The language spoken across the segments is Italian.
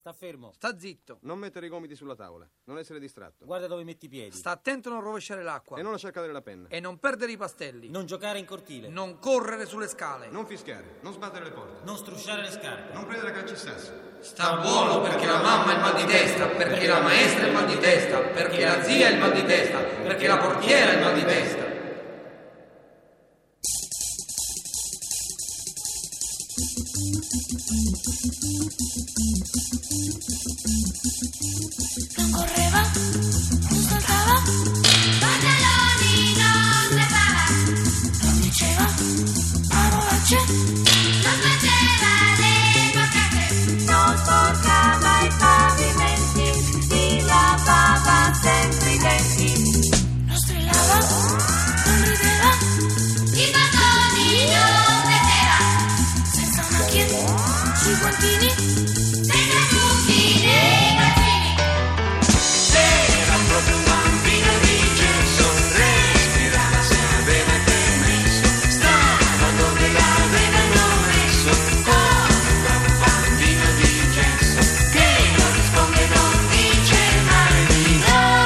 Sta fermo. Sta zitto. Non mettere i gomiti sulla tavola. Non essere distratto. Guarda dove metti i piedi. Sta attento a non rovesciare l'acqua. E non lasciar cadere la penna. E non perdere i pastelli. Non giocare in cortile. Non correre sulle scale. Non fischiare. Non sbattere le porte. Non strusciare le scarpe. Non prendere a calci i sassi. Sta buono perché la mamma ha il mal di testa, perché la maestra ha il mal di testa, perché la zia ha il mal di testa, perché la portiera ha il mal di testa. Non correva, non saltava, pantaloni non levava, non diceva parolacce, non faceva le boccacce, non sporcava i pavimenti, si lavava sempre i denti, non strillava, non rideva, i bastoni non metteva, senza macchie sui guantini, senza buchi nei calzini. Era proprio un bambino di gesso, respirava se aveva permesso, stava dove l'avevano messo, come un bambino di gesso, che non risponde, non dice mai di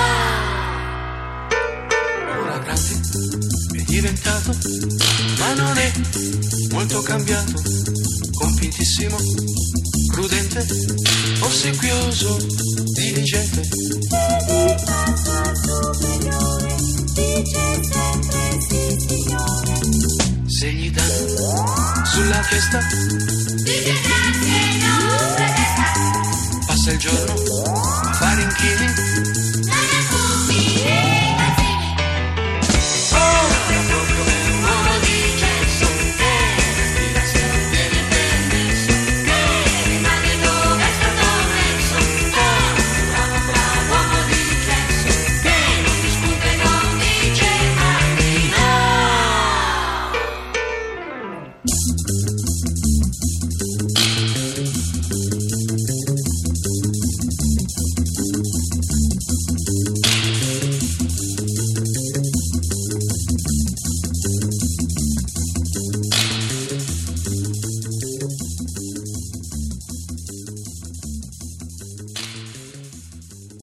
no. Ora grande è diventato, ma non è molto cambiato, compitissimo, prudente, ossequioso, diligente. Dedica al superiore, dice sempre sì signore. Se gli danno sulla testa, Dice grazie, non protesta. passa il giorno